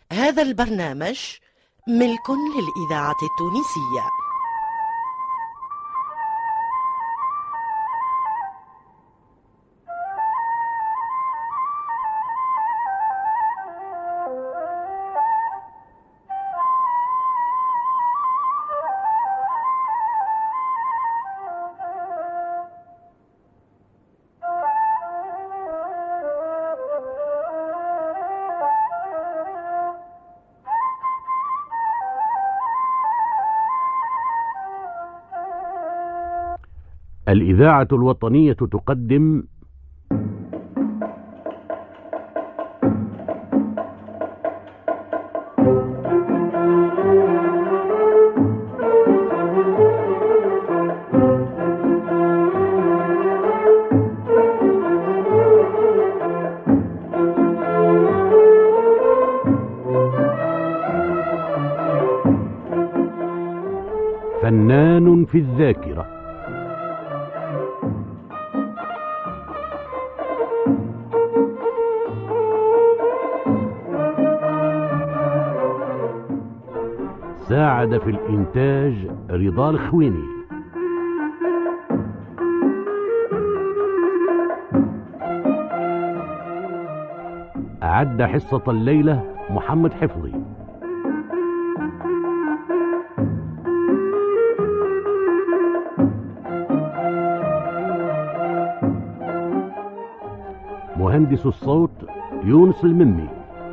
هذا البرنامج ملك للإذاعة التونسية. الإذاعة الوطنية تقدم فنان في الذاكرة. ساعد في الإنتاج رضا الخويني. أعد حصة الليلة محمد حفظي. مهندس الصوت يونس الممي.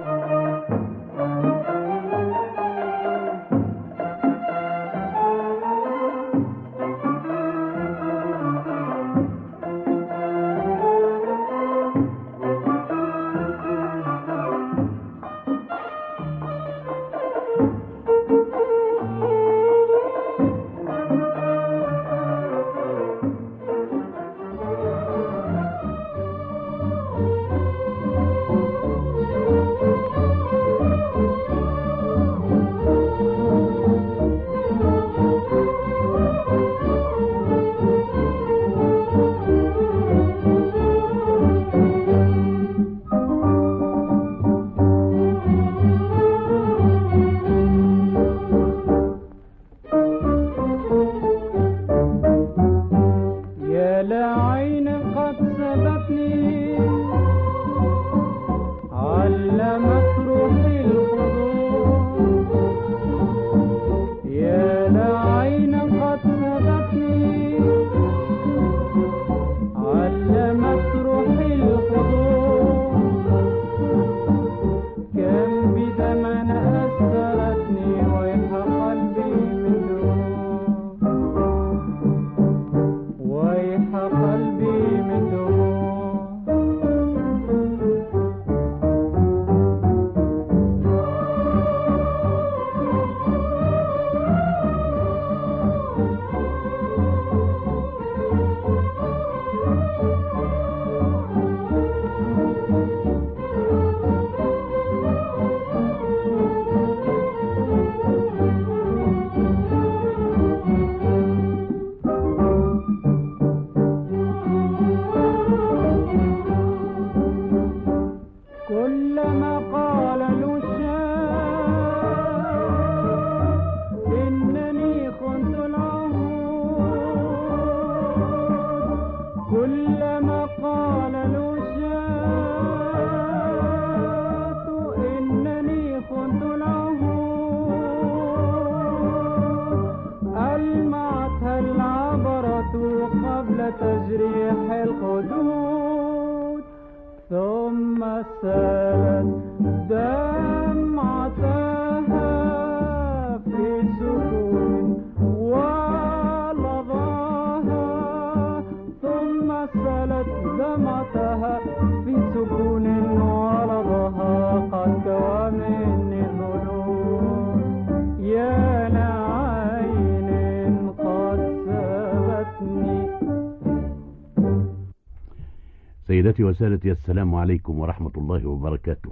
سيداتي وسادتي، السلام عليكم ورحمة الله وبركاته.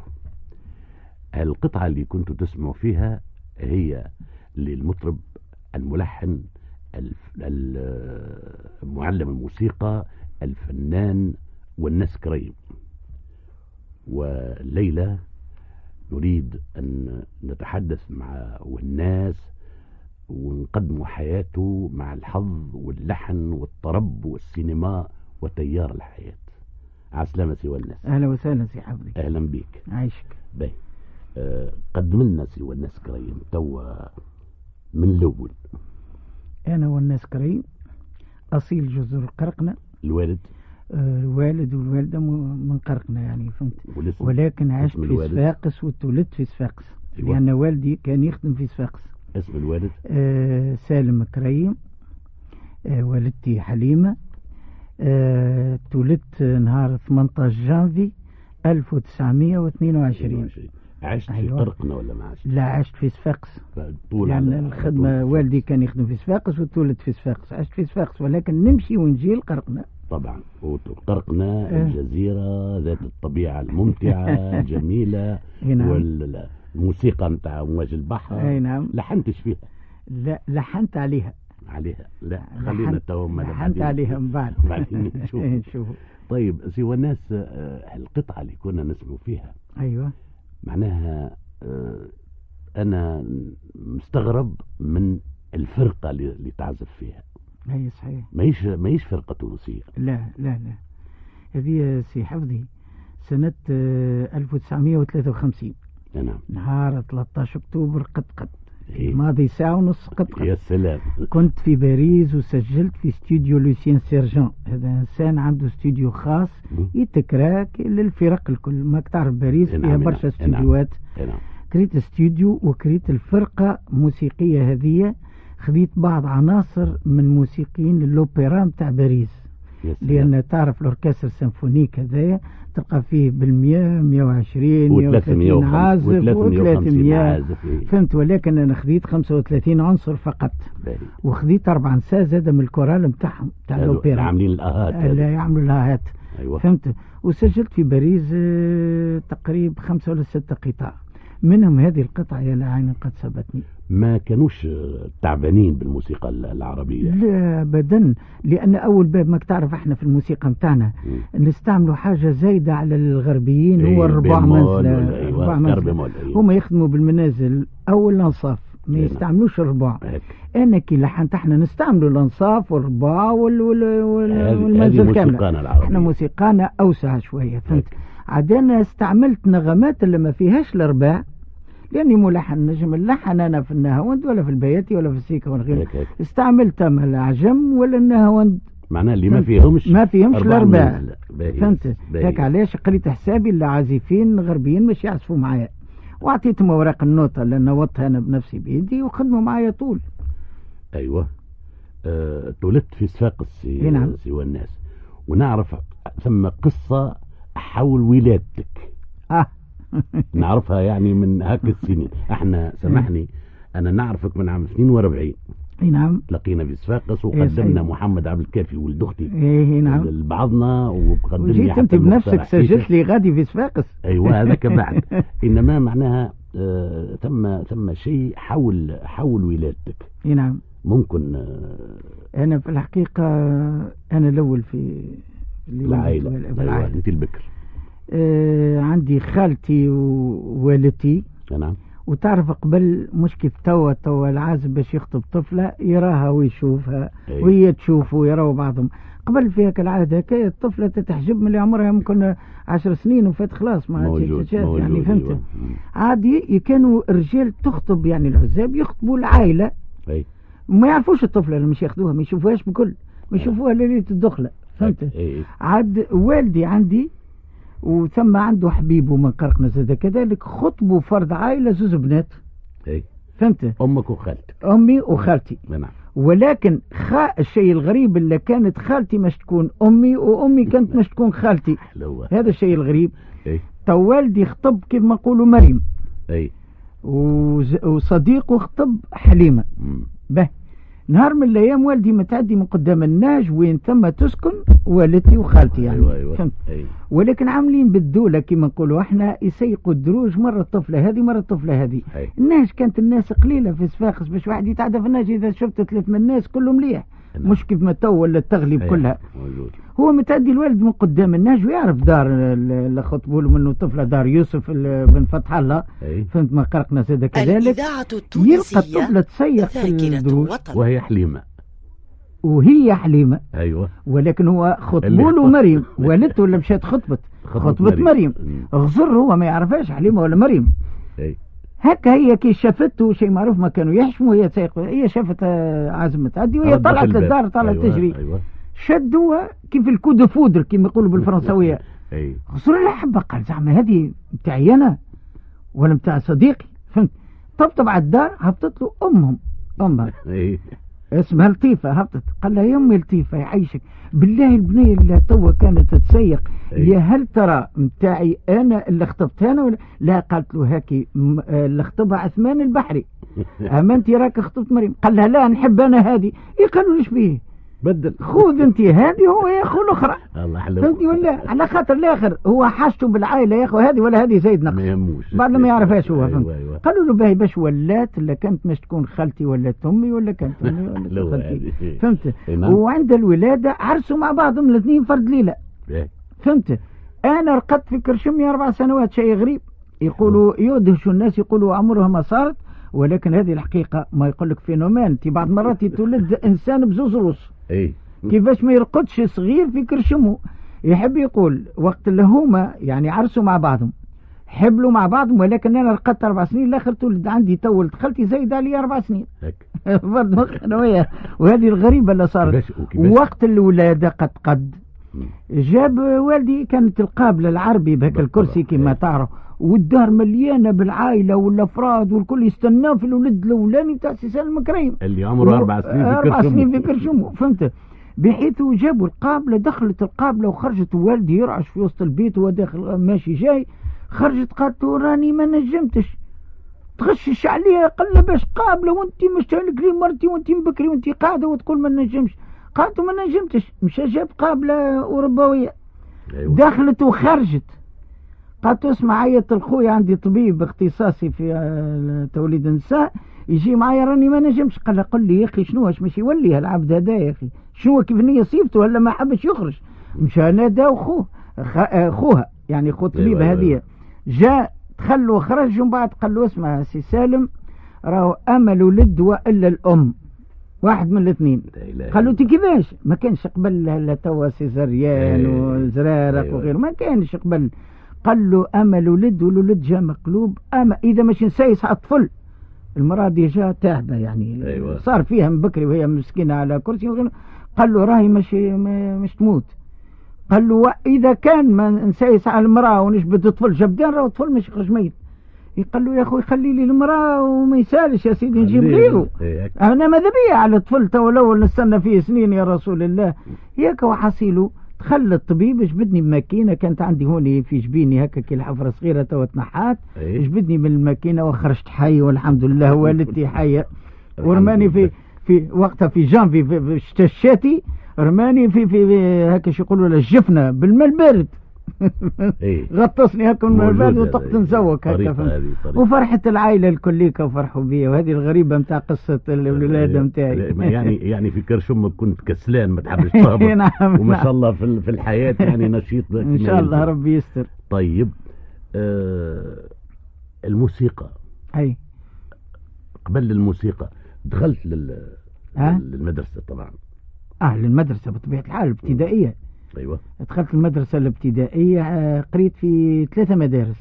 القطعة اللي كنت تسمعوا فيها هي للمطرب الملحن معلم الموسيقى الفنان والناس كريم. والليلة نريد أن نتحدث مع والناس ونقدم حياته مع الحظ واللحن والطرب والسينما وتيار الحياة. عسلامة سي والناس. أهلا وسهلا سي حفظي. أهلا بك. عايشك. باهي. قدم لنا سي والناس كريم توا من الأول. أنا والناس كريم أصيل جزر القرقنة. الوالد؟ الوالد والوالدة من قرقنة يعني فهمت، ولكن عشت في صفاقس وتولدت في صفاقس. أيوة. لأن والدي كان يخدم في صفاقس. اسم الوالد؟ سالم كريم. والدتي حليمة. تولدت نهار 18 جانفي 1922. عشت في قرقنة ولا ما عشت؟ لا عشت في صفاقس. يعني الخدمة والدي كان يخدم في صفاقس وتولد في صفاقس. عشت في صفاقس ولكن نمشي ونجي لقرقنة. طبعا قرقنة الجزيرة ذات الطبيعة الممتعة الجميلة. نعم. والموسيقى نتاع امواج البحر. اي نعم. لحنتش فيها؟ لا لحنت عليها. لا خلينا لحنت عليها من بعد. بعدين نشوف. طيب سي والناس، القطعة اللي كنا نسمع فيها ايوه معناها انا مستغرب من الفرقة اللي تعزف فيها. اي صحيح. ماهيش فرقة تونسية. لا هذه سي حفظي سنة 1953. نعم. نهار 13 أكتوبر قد ماضي ساعة ونص قد. يا سلام. كنت في باريس وسجلت في استوديو لوسيان سيرجان. هذا إنسان عنده استوديو خاص يتكراك للفرق الكل. ما تعرف باريس فيها برشا استوديوهات. كريت استوديو وكريت الفرقة موسيقية هذه. خذيت بعض عناصر من موسيقيين اللوبيرا متاع باريس، لأن تعرف الأوركستر السيمفونيك هذايا تلقى فيه 120 130 عازف و300 عازف. فهمت، ولكن أنا خذيت 35 عنصر فقط. وخذيت 4 نساء زاد من الكورال متاعهم تاع اللوبيرا عاملين الآهات. لا يعملوا الآهات. أيوة. فهمت. وسجلت في باريس تقريبا 5 ولا 6 قطع، منهم هذه القطعة يا لعين قد سبتني. ما كانوش تعبانين بالموسيقى العربية؟ لا أبدا، لأن أول باب ما تعرف احنا في الموسيقى متاعنا نستعملوا حاجة زايدة على الغربيين. هو الربع منزلة. هما يخدموا بالمنازل أو الأنصاف، ما يستعملوش الربع. أنا كي لحنت احنا نستعملوا الأنصاف والربع والمنزل كامل. احنا موسيقانا أوسع شوية فهمت. عادنا استعملت نغمات اللي ما فيهاش الرباع، لأني ملحن نجم اللحن أنا في النهاوند ولا في البياتي ولا في السيكا ولا غيره. استعملت ما العجم ولا النهاوند، معناها اللي ما فيهمش الأرباع. فهمت هيك علاش قريت حسابي اللي عازفين غربيين مش يعزفوا معايا، وأعطيتهم أوراق النوتة اللي نوضتها أنا بنفسي بيدي وخدموا معايا طول. أيوة. تولدت في صفاقس سي والناس، ونعرف ثم قصة حول ولادتك. نعرفها يعني من هاك السنين. احنا سامحني انا نعرفك من عام 42. اي نعم. لقينا في صفاقس وقدمنا محمد عبد الكافي ولد اختي. اي نعم. لبعضنا وقدمني وجيت انت بنفسك سجلت لي غادي في صفاقس. ايوه هذاك بعد. انما معناها ثم شيء حول ولادتك. اي نعم. ممكن انا في الحقيقة انا الاول في العائلة. أيوة. انت البكر. عندي خالتي ووالدتي. نعم. وتعرف قبل مش كيف توا العازب باش يخطب طفلة يراها ويشوفها. أي. وهي تشوفه ويراوا بعضهم. قبل فيها كالعادة كي الطفلة تتحجب من اللي عمرها ممكن 10 سنين وفات خلاص ما عادش يعني فهمت. أيوة. عادي كانوا الرجال تخطب يعني العزاب يخطبوا العائلة. أي. وما يعرفوش الطفلة اللي مش ياخذوها ما يشوفوهاش بكل ما يشوفوها ليلة الدخلة فهمت. عاد والدي عندي وثم عنده حبيبه من قرقنة زاد كذلك خطبوا فرد عائلة 2 بنات. اي فهمت. امك وخالتك. امي وخالتي. نعم. ولكن الشيء الغريب اللي كانت خالتي مش تكون امي وامي كانت مش تكون خالتي. هذا الشيء الغريب. اي تو والدي خطب كيف ما نقولوا مريم. اي وصديقه خطب حليمة. به نهار من الايام والدي متعدي من قدام الناج وين ثم تسكن والدتي وخالتي يعني. أيوة. ولكن عاملين بالدولة كما نقولوا احنا يسيقوا الدروج مرة الطفلة هذه مرة الطفلة هذه. الناج كانت الناس قليلة في صفاقس باش واحد يتعدى في الناج اذا شفت 3 من الناس كله مليح مش كيف ما تو ولا التغليب كلها موجود. هو متأدي الوالد من قدام الناس ويعرف دار اللي خطبوا له منه طفله دار يوسف بن فتح الله. فهمت ما قرقنا زاد كذلك. يلقى الطفله تسيق في الدروس وهي حليمه ايوه ولكن هو خطبوا له مريم والدته ولا مشات خطبت مريم غزر هو ما يعرفهاش حليمه ولا مريم. هكا هي كي شافته شيء معروف ما كانوا يحشموا هي تسيق هي شافت عازم تعدي وهي طلعت للدار طلعت تجري. شدوها كيف الكود فودر كما يقولوا بالفرنسويه. غزر الحبه قال زعما هذه بتاعي انا ولا بتاع صديقي. فهمت طبطب على الدار هبطت له امها اسمها لطيفة هبطت قال لها يا امي لطيفة يعيشك بالله البنية اللي توا كانت تسيق يا هل ترى متاعي انا اللي خطبت انا ولا لا. قالت له هاكي اللي خطبها عثمان البحري اما انت راك خطبت مريم. قال لها لا نحب انا هذه. قالوا ليش بيه بدل خذ انت هذه هو ياخذ الاخرى. الله حلو فهمتي ولا على خاطر الاخر هو حاجته بالعائله ياخذ هذه ولا هذه زايد نقص ما يهموش بعد ما يعرفهاش هو. أيوة. قالوا له باهي باش ولات ولا كانت مش تكون خالتي ولا امي ولا كانت امي ولا خالتي. فهمت وعند الولاده عرسوا مع بعضهم الاثنين فرد ليله. فهمت انا رقدت في كرشمي 4 سنوات شيء غريب يقولوا يدهشوا الناس يقولوا عمرها ما صارت ولكن هذه الحقيقه ما يقول لك فينومين. انت بعض مرات يتولد انسان بزوز روس كيفاش ما يرقدش صغير في كرشمه. يحب يقول وقت اللي هما يعني عرسوا مع بعضهم حبلوا مع بعضهم ولكن انا رقدت 4 سنين الاخر تولد عندي تولد خالتي زايد علي 4 سنين برضه وهذه الغريبه اللي صارت. وقت الولاده قد جاب والدي كانت القابله العربي بهك الكرسي كما تعرف والدار مليانه بالعائله والافراد والكل يستناه في الولد الاولاني تاع سي سالم كريم اللي عمره 4 سنين في كرشمه. فهمت بحيث جابوا القابله دخلت القابله وخرجت والدي يرعش في وسط البيت وهو داخل ماشي جاي. خرجت قالت راني ما نجمتش تغشش عليها. قال له باش قابله وانت مش تهلك مرتي وانت مبكري وانت قاعده وتقول ما نجمش. قالت ما نجمتش مشى جاب قابله اوروبويه. دخلت وخرجت قالت اسمع عيط الخويا عندي طبيب اختصاصي في توليد النساء يجي معايا راني ما نجمش. قال له قل لي يا اخي شنو مش يولي هالعبد هذا يا اخي شنو كيف نية صيبته ولا ما حبش يخرج. مشى نادى خوها يعني خو طبيب هذه جاء دخل وخرج ومن بعد قال له اسمع سي سالم راهو امل ولد والا الام واحد من الاثنين. قال له انت كيفاش ما كانش قبل لا توا سيزاريان وزرارق وغيره ما كانش قبل. قال له امل ولد والولد جا مقلوب اما اذا مش نسايس على الطفل المراه دي جا تعبه يعني صار فيها من بكري وهي مسكينه على كرسي. قال له راهي مش تموت. قال له اذا كان ما نسايس على المراه ونجبد الطفل جبدان راهو الطفل مش يخرج ميت. قال له يا اخوي خلي لي المراه وما يسالش يا سيدي نجيب غيره انا ماذا بيا على الطفل تو الاول نستنى فيه سنين يا رسول الله. ياك وحصيله دخل الطبيب جبدني بماكينه كانت عندي هوني في جبيني هكا كي الحفره صغيره تو تنحات جبدني من الماكينه وخرجت حي والحمد لله والدتي حيه. ورماني في وقتها في جانفي في الشتاء الشاتي رماني في هكا شو يقولوا له الجفنه بالماء البارد غطسني هكا من البارد وطقت نزوق هكا وفرحت العائله الكليكه وفرحوا بيا. وهذه الغريبه نتاع قصه الولاده نتاعي. يعني في كرشمك كنت كسلان ما تحبش تهبط نعم وما شاء الله في الحياه يعني نشيط ان شاء الله ربي يستر. طيب الموسيقى اي قبل الموسيقى دخلت للمدرسه طبعا للمدرسه بطبيعه الحال الابتدائيه. ايوه دخلت المدرسه الابتدائيه قريت في 3 مدارس.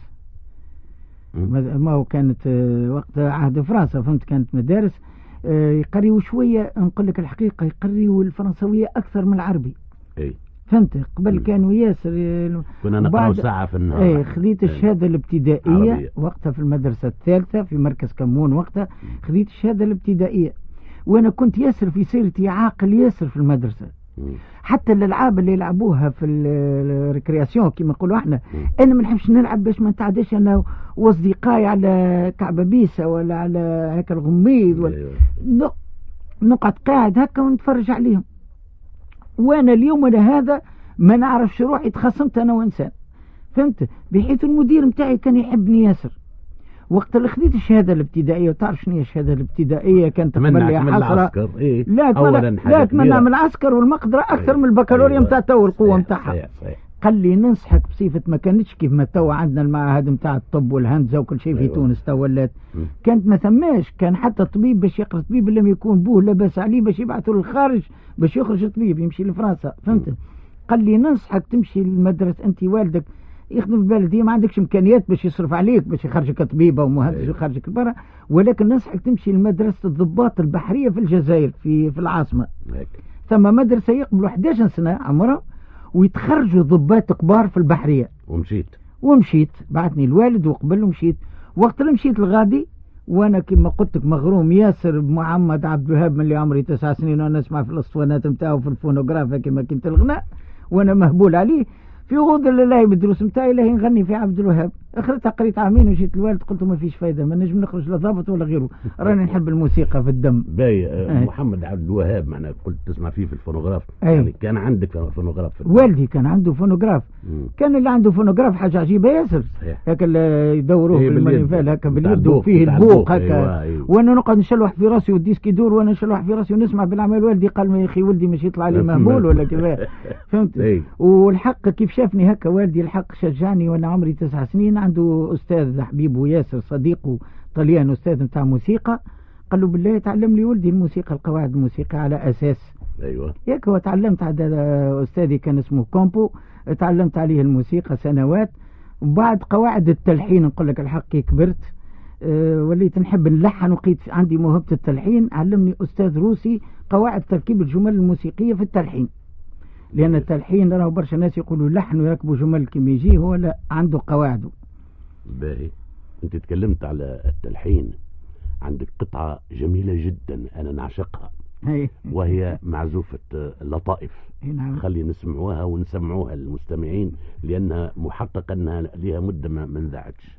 ما هو كانت وقت عهد فرنسا فهمت كانت مدارس يقريوا شويه نقول لك الحقيقه يقريوا الفرنسويه اكثر من العربي. فهمت قبل كانوا ياسر كنا نقرأ ساعه في النهار. خذيت الشهاده الابتدائيه عربية. وقتها في المدرسه الثالثه في مركز كمون وقتها خذيت الشهاده الابتدائيه وانا كنت ياسر في سيرتي عاقل ياسر في المدرسه. حتى الالعاب اللي يلعبوها في الريكرياسيون كما نقولوا احنا انا ما نحبش نلعب باش ما نتعداش انا واصدقائي على كعبه بيسه ولا على هكا الغميض ولا نقعد قاعد هكا ونتفرج عليهم. وانا اليوم هذا ما نعرفش روحي تخصمت انا وانسان فهمت بحيث المدير متاعي كان يحبني ياسر وقت اللي خديت الشهاده الابتدائيه، وتعرف شنو هي الشهاده الابتدائيه؟ كانت تقبل لي حسره. إيه؟ لا اتمنى من العسكر والمقدره اكثر من البكالوريا نتاع تو القوه نتاعها. قال لي ننصحك بصفه، ما كانتش كيف ما تو عندنا المعاهد نتاع الطب والهندسه وكل شيء في تونس تو ولات، كانت ما ثماش. كان حتى الطبيب باش يقرا طبيب لم يكون بوه لاباس عليه باش يبعثوا للخارج باش يخرج طبيب يمشي لفرنسا، فهمت؟ قال لي ننصحك تمشي للمدرسه، انت والدك يخدم في البلديه ما عندكش امكانيات باش يصرف عليك باش يخرجك طبيب او مهندس ويخرجك برا، ولكن ننصحك تمشي لمدرسه الضباط البحريه في الجزائر في العاصمه. ثم مدرسه يقبلوا 11 سنه عمرها ويتخرجوا ضباط كبار في البحريه. ومشيت بعثني الوالد وقبل ومشيت. وقت اللي مشيت الغادي وانا كما قلت لك مغروم ياسر بمحمد عبد الوهاب من اللي عمري 9 سنين وانا نسمع في الاسطوانات نتاعو في الفونوغراف كما كنت الغناء وانا مهبول عليه. في غود الله بالدروس نتاعي لا نغني في عبد الوهاب. اخرتها قريت عامين وجيت الوالد قلت له ما فيش فايده، ما نجم نخرج لا ضابط ولا غيره، راني نحب الموسيقى في الدم. باي محمد عبد الوهاب معناها قلت تسمع فيه في الفونوغراف. يعني كان عندك فونوغراف في والدي كان عنده فونوغراف. كان اللي عنده فونوغراف حاجه عجيبه ياسر، هكا اللي يدوروه في المانيفال هكا باليد وفيه البوق هكا. وانا نقعد نشلوح في راسي والديسك يدور وانا نشلوح في راسي ونسمع بالعمل. والدي قال يا اخي ولدي مش يطلع لي مهبول ولا كذا، فهمت؟ والحق كيف شافني هكا والدي الحق شجعني وانا عمري 9 سنين. عنده استاذ حبيبه ياسر صديقه طليان استاذ نتاع موسيقى، قال له بالله تعلم لي ولدي الموسيقى القواعد الموسيقى على اساس. ايوه ياك. وتعلمت عند استاذي كان اسمه كومبو، تعلمت عليه الموسيقى سنوات. وبعد قواعد التلحين نقول لك الحق كبرت وليت نحب نلحن وقيت عندي موهبه التلحين. علمني استاذ روسي قواعد تركيب الجمل الموسيقيه في التلحين، لان التلحين راهو برشا ناس يقولوا لحن ويركبوا جمل كما يجي، هو لا عنده قواعده. باهي. انت تكلمت على التلحين، عندك قطعة جميلة جدا انا نعشقها وهي معزوفة لطائف. نعم. خلي نسمعوها ونسمعوها للمستمعين لانها محقق انها لها مدة ما انذاعتش.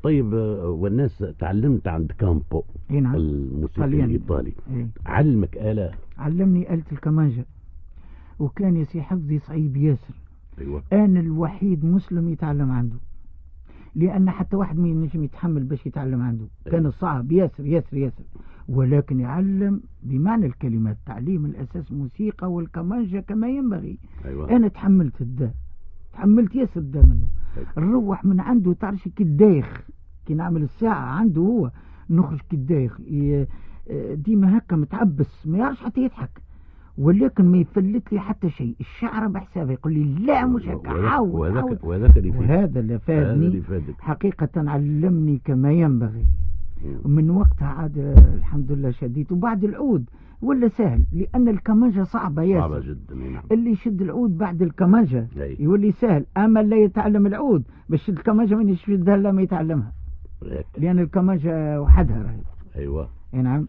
طيب والناس تعلمت عند كامبو نعم الموسيقى الإيطالي، إيه؟ علمك آلة؟ علمني آلة الكمانجة، وكان يا سي حفظي صعيب ياسر. أيوة. أنا الوحيد مسلم يتعلم عنده، لأن حتى واحد ما ينجم يتحمل باش يتعلم عنده. أيوة. كان صعب ياسر ياسر ياسر، ولكن يعلم بمعنى الكلمات، تعليم الأساس موسيقى والكمانجة كما ينبغي. أيوة. أنا تحملت الدا، تحملت ياسر الدا منه. نروح من عنده تعرفش كي الدايخ، كي نعمل الساعة عنده هو نخرج كي الدايخ، ديما هكا متعبس ما يعرفش حتى يضحك، ولكن ما يفلت لي حتى شيء. الشعر بحسابه يقول لي لا مش هكا، عاود وهذا اللي فادني حقيقة، علمني كما ينبغي. ومن وقتها عاد الحمد لله شديت. وبعد العود ولا سهل، لأن الكمانجة صعبة ياسر، صعبة جدا. نعم. اللي يشد العود بعد الكمانجة يولي سهل، أما اللي يتعلم العود باش يشد الكمانجة من يشدها إلا ما يتعلمها، لأن الكمانجة وحدها راهي. أيوة. نعم.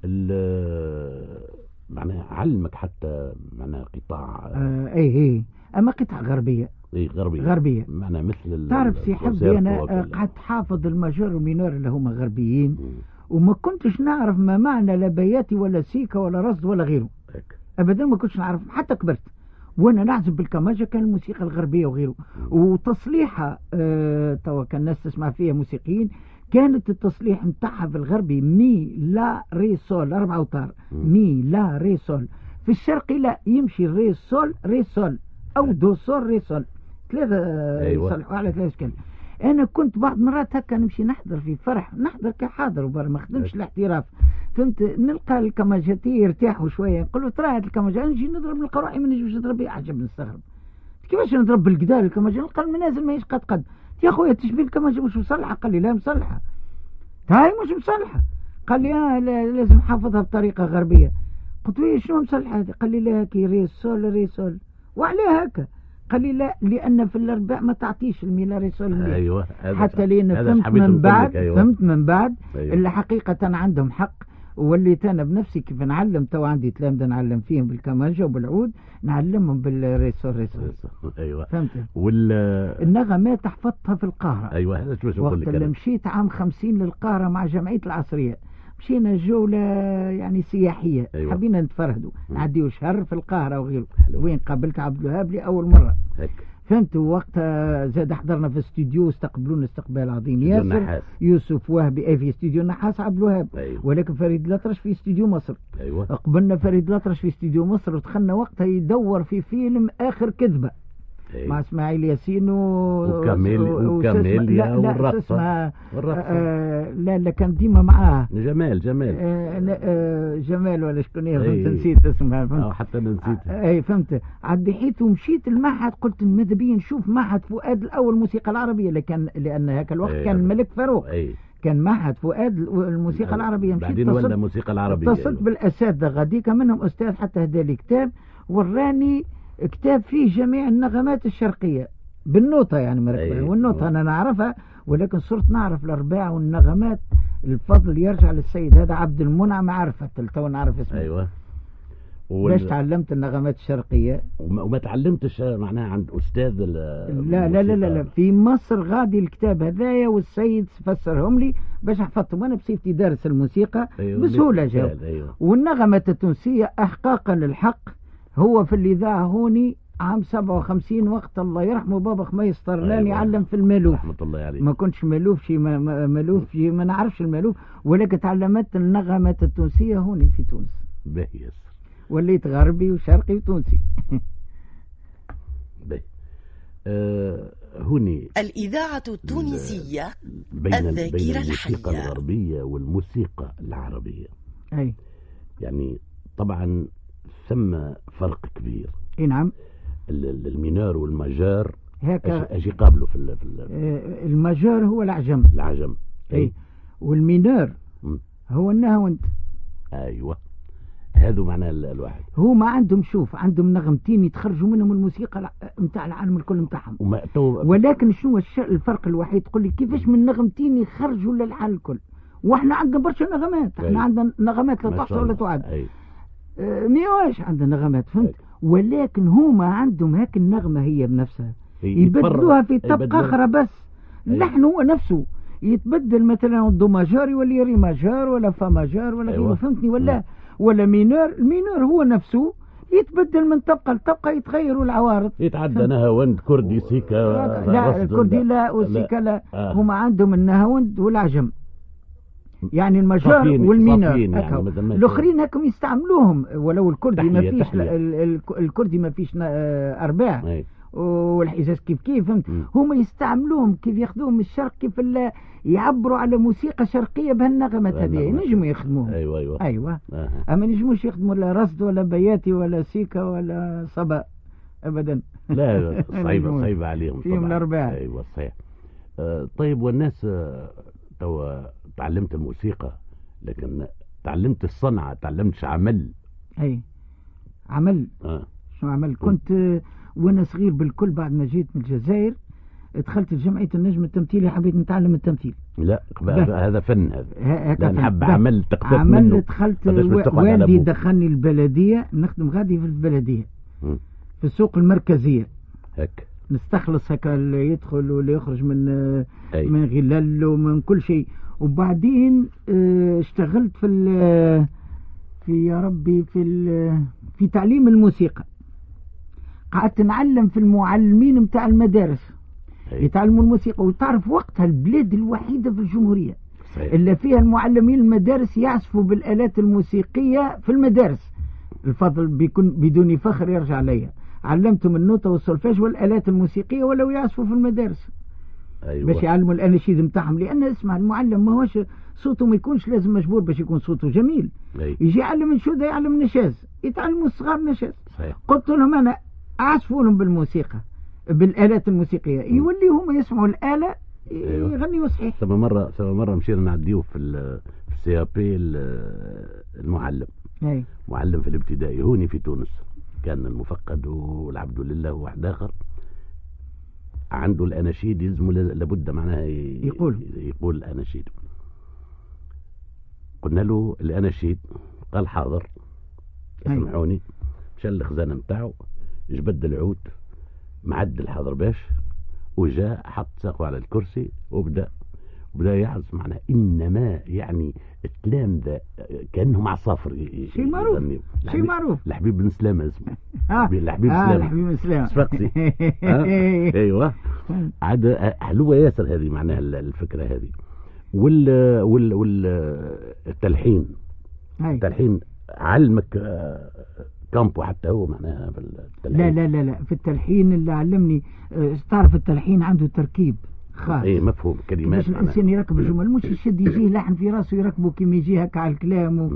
معناها علمك حتى معناها قطاع ايه اما قطع غربيه. ايه غربيه معناها مثل تعرف سي حبي انا قعدت حافظ الماجور والمينور اللي هما غربيين، وما كنتش نعرف ما معنى لا بياتي ولا سيكا ولا رصد ولا غيره ابدا، ما كنتش نعرف حتى كبرت وانا نعزف بالكمانجة. كان الموسيقى الغربيه وغيره وتصليحها توا كان الناس تسمع فيها موسيقيين، كانت التصليح نتاعها في الغربي مي لا ري سول 4 أوتار، مي لا ري سول. في الشرقي لا، يمشي ري سول ري سول او دو سول ري سول، 3 يصلحوا على 3 اشكال. انا كنت بعض مرات هكا نمشي نحضر في فرح، نحضر كحاضر وبر ما خدمش الاحتراف، فهمت، نلقى الكمانجاتي يرتاحوا شويه، نقول له ترى هاد الكمانجه نجي نضرب نلقى روحي ما نجمش نضرب بها، عجب نستغرب كيفاش نضرب بالقدار الكمانجه، نلقى المنازل ماهيش قد يا خويا تشبيه الكمانجه مش مصلحه. قال لي لا مصلحه، هاي مش مصلحه. قال لي لازم حافظها بطريقه غربيه. قلت له شنو مصلحه هذه؟ قال لي لا كي ري سول ري سول. وعليه هكا؟ قال لي لا، لان في الارباع ما تعطيش الميلا ري سول. ايوه حتى لين فهمت من بعد، أيوة. فهمت من بعد أيوة. اللي حقيقه عندهم حق. وليت انا بنفسي كيف نعلم، تو عندي تلامذه نعلم فيهم بالكمانجه وبالعود، نعلمهم بالريسول ريسول. ايوه فهمت. النغمات حفظتها في القاهره. ايوه هذا شو نقول لك. وقت اللي مشيت عام 50 للقاهره مع جمعيه العصريه، مشينا جوله يعني سياحيه. أيوة. حبينا نتفرهدوا نعديو شهر في القاهره وغيره. وين قابلت عبد الوهاب لاول مره هيك. فهمت. وقتها زاد حضرنا في استوديو، استقبلونا استقبال عظيم ياسر. يوسف وهبي في استوديو النحاس عبد الوهاب. أيوة. ولكن فريد الأطرش في استوديو مصر. أيوة. قبلنا فريد الأطرش في استوديو مصر، ودخلنا وقتها يدور في فيلم آخر كذبة. أيوة. مع اسماعيل ياسين وكاميليا والرقصة. لا كان ديما معاه جمال جمال ولا شكون فهمت. نسيت اسمها فهمت. حتى نسيت. اي فهمت. عديت ومشيت المعهد، قلت ماذا بيا نشوف معهد فؤاد الاول الموسيقى العربيه، لان هاك الوقت كان الملك فاروق. كان معهد فؤاد الموسيقى العربيه. مشيت بعدين ولا الموسيقى العربيه. اتصلت بالاساتذه غاديك، منهم استاذ حتى هدى لي كتاب، وراني كتاب فيه جميع النغمات الشرقيه بالنوتة يعني مركبة. والنوتة أنا نعرفها، ولكن صرت نعرف الأرباع والنغمات. الفضل يرجع للسيد هذا عبد المنعم، عارفه تو نعرف اسمه. أيوة. باش تعلمت النغمات الشرقية. وما تعلمتش معناها عند أستاذ لا في مصر غادي الكتاب هذايا، والسيد فسرهم لي باش حفظتهم أنا بصفتي دارس الموسيقى. أيوة. بسهولة جاوب. أيوة. والنغمات التونسية أحقاقا للحق هو في الإذاعة هوني عام 57 وقت الله يرحمه بابا خميس طرلان. أيوة. يعلم في المالوف رحمة الله عليه. ما كنتش مالوف شي مالوف شي ما نعرفش المالوف، ولكن تعلمت النغمات التونسية هوني في تونس. باهي. وليت غربي وشرقي وتونسي. باهي. هوني الإذاعة التونسية بين الموسيقى الغربية والموسيقى العربية. أي يعني طبعا ثم فرق كبير. نعم. المينار والماجار هكا اجي قابله في الماجار هو العجم. اي. والمينار هو النهاوند. ايوه هذا معناه الواحد. هو ما عندهم، شوف عندهم نغمتين يتخرجوا منهم الموسيقى نتاع العالم الكل نتاعهم. ولكن شنو الفرق الوحيد؟ تقول لي كيفاش من نغمتين يخرجوا للعالم الكل؟ واحنا عندنا برشا نغمات. احنا عندنا نغمات لا تحصى ولا تعد. ميواش عندنا نغمات فهمت. ولكن هما عندهم هاك النغمة هي بنفسها يبدلوها في طبقة أخرى بس. اللحن هو نفسه، يتبدل مثلا دو ماجور يولي ري ماجور ولا فا ماجور ولا أيوة. فهمتني ولا مينور. المينور هو نفسه يتبدل من طبقة لطبقة، يتغيروا العوارض، يتعدى نهاوند كردي سيكا. لا الكردي لا وسيكا لا. هما عندهم النهاوند والعجم، يعني المجار والمينور يعني الاخرين هكم يستعملوهم. ولو الكردي ما فيش الكردي ما فيش ارباع والحجاز كيف فهمت. هما يستعملوهم كيف ياخذوهم من الشرق، كيف يعبروا على موسيقى شرقيه بهالنغمات هذه، ينجموا يخدموهم. ايوه اما ينجموش يخدموا لا رصد ولا بياتي ولا سيكا ولا صبا ابدا. لا صعيبه عليهم فيهم الارباع. ايوه صحيح. طيب والناس توا تعلمت الموسيقى لكن تعلمت الصنعه، تعلمتش عمل. اي عمل. شو عمل؟ كنت وانا صغير بالكل بعد ما جيت من الجزائر دخلت جمعيه النجم التمثيلي، حبيت نتعلم التمثيل. لا هذا فن، هذا نحب عمل تقطف عمل منه. دخلت والدي دخلني البلديه نخدم غادي في البلديه في السوق المركزيه هك نستخلص هكا اللي يدخل واللي يخرج من غلال ومن كل شيء. وبعدين اشتغلت في يا ربي في تعليم الموسيقى. قعدت نعلم في المعلمين متاع المدارس يتعلموا الموسيقى. وتعرف وقتها البلاد الوحيدة في الجمهورية اللي فيها المعلمين المدارس يعزفوا بالآلات الموسيقية في المدارس. الفضل بيكون بدون فخر يرجع ليا، علمتهم النوتة والسولفاج والآلات الموسيقية ولو يعزفوا في المدارس. باش يعلموا الأناشيد متاعهم، لأن اسمع المعلم ما هوش صوته ما يكونش لازم مجبور باش يكون صوته جميل. يجي يعلم انشودة يعلم نشاز، يتعلموا الصغار نشاز. قلت لهم أنا أعزفوا لهم بالموسيقى بالآلات الموسيقية، يولي هم يسمعوا الآلة يغنيوا صحيح. سبع مرة مشينا نعديو في السي ا بي المعلم معلم في الابتدائي هوني في تونس، كان المفقد والعبد لله وواحد آخر عنده الأناشيد يلزموا لابد معناها يقول الأناشيد. قلنا له الأناشيد، قال حاضر اسمحوني. مشى الخزانة متاعه جبد العود معدل حاضر باش، وجاء حط ساقه على الكرسي وبدأ يعزف معنا. إنما يعني الكلام ذا كأنهم عصافر. شيء معروف الحبيب بن سلامة اسمه. الحبيب بن سلامة صفاقسي. ايوه عاد حلوة ياسر هذه معناها الفكرة هذه. والتلحين التلحين علمك كامبو حتى هو معناها في التلحين. لا في التلحين اللي علمني. تعرف التلحين عنده تركيب خاص. مفهوم كلمات باش الانسان يركب الجمل، مش يشد يجيه لحن في راسه يركبه كيما يجي هكا على الكلام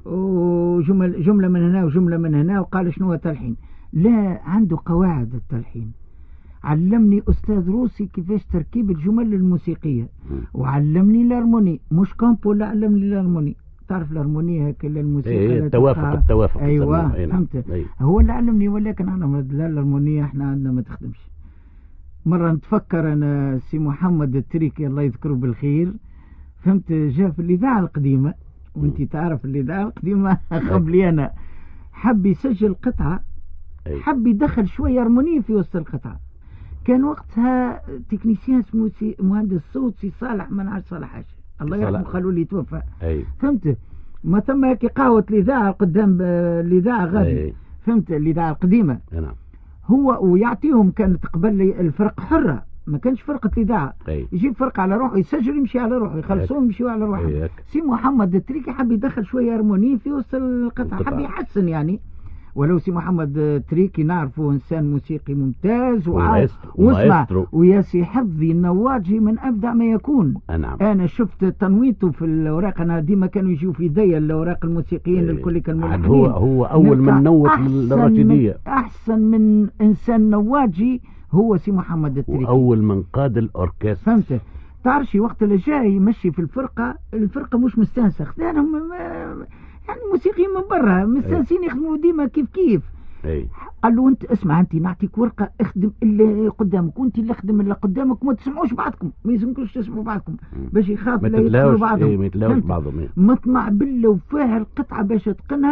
وجمله من هنا وجمله من هنا وقال شنو هو تلحين. لا عنده قواعد التلحين. علمني أستاذ روسي كيفاش تركيب الجمل الموسيقية، وعلمني الهارموني مش كامبو، لا علمني الهارموني. تعرف الهارمونية هكا الموسيقى التوافق أيوة فهمت. هو اللي علمني، ولكن أنا لا الهارمونية احنا عندنا ما تخدمش. مرة نتفكر أنا سي محمد التريكي الله يذكره بالخير، فهمت، جاء في الإذاعة القديمة، وانت تعرف الإذاعة القديمة قبلي أنا، حب يسجل قطعة، حب يدخل شوية هارمونية في وسط القطعة. كان وقتها تكنيسيان اسمه مهندس صوت سي صالح، ما نعرف صالح حاجة الله يرحمه، قالوا لي توفى. فهمت، ما ثم هيك قهوة الإذاعة قدام الإذاعة غادي، فهمت، الإذاعة القديمة. نعم. هو ويعطيهم، كانت قبل الفرق حرة، ما كانش فرقة الإذاعة، يجيب فرقة على روحه يسجل يمشي على روحه، يخلصوهم يمشيوا على روحه. سي محمد التريكي حب يدخل شوية هارموني في وسط القطعة، حب يحسن يعني. ولو سي محمد تريكي نعرفه إنسان موسيقي ممتاز واسمع، وياسي حفظي النواجي من أبدع ما يكون. نعم. أنا شفت تنويته في الأوراق، أنا ديما كانوا يجيوا في يدي الأوراق الموسيقيين الكل كان ملحنين. هو أول من نوت الراشدية، أحسن من إنسان نواجي هو سي محمد التريكي، وأول من قاد الأوركسترا. فهمت، تعرفي وقت اللي جاي يمشي في الفرقة مش مستنسخ، خذانهم يعني موسيقيين من برا مستانسين يخدموا ديما كيف. قال له انت اسمع، انت نعطيك ورقه اخدم اللي قدامك، وانت اللي اخدم اللي قدامك، وما تسمعوش بعضكم، ما يلزمكوش تسمعوا بعضكم باش يخاف لا يدخلوا بعضهم. ما يتلاوش بعضهم. مطمع بالله وفاها القطعه باش اتقنها،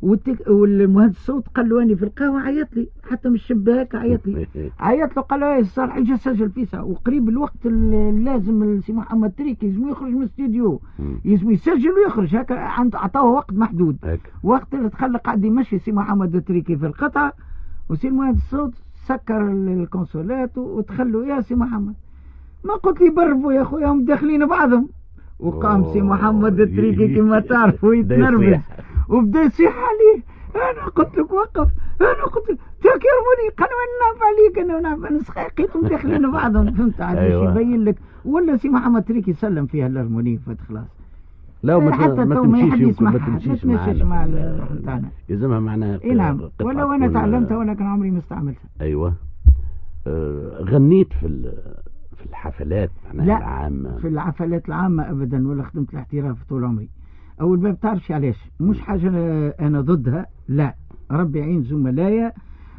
والمهندس الصوت قال له اني في القهوه، عيط لي حتى من الشباك، عيط لي عيط له قال له الصالح اجى سجل في ساعه، وقريب الوقت اللازم السي محمد تريكي يلزم يخرج من الاستديو، يلزم يسجل ويخرج، هكا عطاوه وقت محدود. وقت اللي تخلى قاعد يمشي سي محمد تريكي في القطعه، وسي المهندس الصوت سكر الكونسولات وتخلوا يا سي محمد، ما قلت لي برفوا يا خويا هم داخلين بعضهم. وقام سي محمد التريكي كما تعرفوا يتنرفز وبدا يصيح عليه، انا قلت لك وقف، انا قلت لك تكرموني، قال انا نعرف عليك، انا نعرف انا سقيقيتهم داخلين بعضهم، فهمت عاد باش يبين لك. ولا سي محمد التريكي سلم فيها الهرموني خلاص. لا ما تمشيش مع تاعنا، يلزمها معنا. اي نعم، ولو انا تعلمتها ولكن عمري ما استعملتها. ايوه. غنيت في الحفلات معناها العامة؟ في الحفلات العامة أبدا، ولا خدمت الاحتراف طول عمري. أول باب تعرفش علاش، مش حاجة أنا ضدها، لا، ربي يعين زملايا،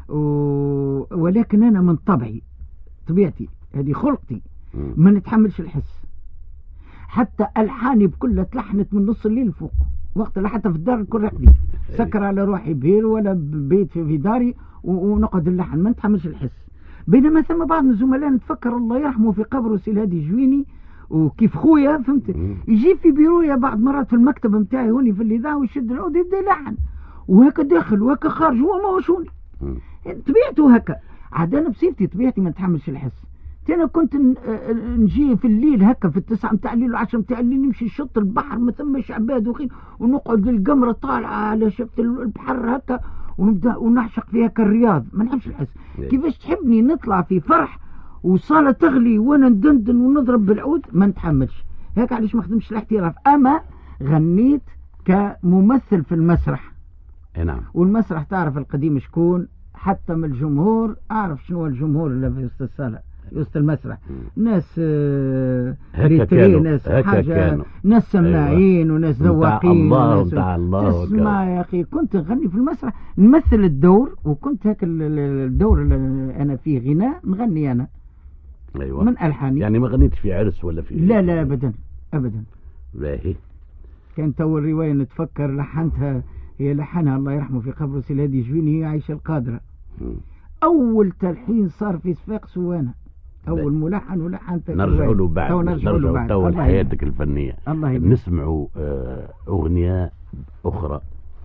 ولكن أنا من طبيعتي هذه خلقتي، ما نتحملش الحس. حتى ألحاني بكلها تلحنت من نص الليل فوق، وقت لا حتى في الدار الكل رقدي، سكر على روحي بير ولا بيت في داري ونقعد اللحن، ما نتحملش الحس. بينما ثم بعض من الزملاء نتفكر الله يرحمه في قبره سي الهادي جويني، وكيف خويا فهمت، يجي في بيرويا بعض مرات في المكتب نتاعي هوني في الاذاعه ويشد العود يبدا يلحن، وهكا داخل وهكا خارج، هو ما هوشوني طبيعته هكا. عاد انا بصيرتي طبيعتي ما نتحملش الحس. انا كنت نجي في الليل هكا في 9 نتاع الليل و10 نتاع الليل نمشي شط البحر ما ثمش عباد وخير، ونقعد القمره طالعه على شفت البحر هكا، ونبدا ونعشق فيها كالرياض، ما نحبش الحس. كيفاش تحبني نطلع في فرح وصاله تغلي وانا ندندن ونضرب بالعود، ما نتحملش هيك. علاش ما خدمتش الاحتراف. اما غنيت كممثل في المسرح. نعم. والمسرح تعرف القديم شكون، حتى من الجمهور اعرف شنو الجمهور اللي في وسط الصاله وسط المسرح، ناس ريتري، ناس حاجه، ناس سماعين. أيوة. وناس ذواقين، الله تسمع يا اخي. كنت نغني في المسرح، نمثل الدور، وكنت هاك الدور اللي انا فيه غناء نغني انا. ايوه. من الحاني. يعني ما غنيتش في عرس ولا في؟ لا ابدا ابدا. باهي. كانت اول روايه نتفكر لحنتها، هي لحنها الله يرحمه في قبره سي الهادي جويني، هي عايشه القادره. اول تلحين صار في صفاق سوانه، اول ملحن ولحنت. نرجع له بعد، نرجع تو لحياتك الفنيه. الله نسمعوا اغنيه اخرى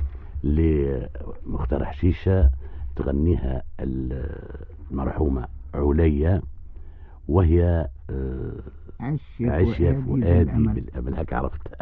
لمختار حشيشه تغنيها المرحومه عليا، وهي عش يا فؤادي بالامل. هكا عرفتها.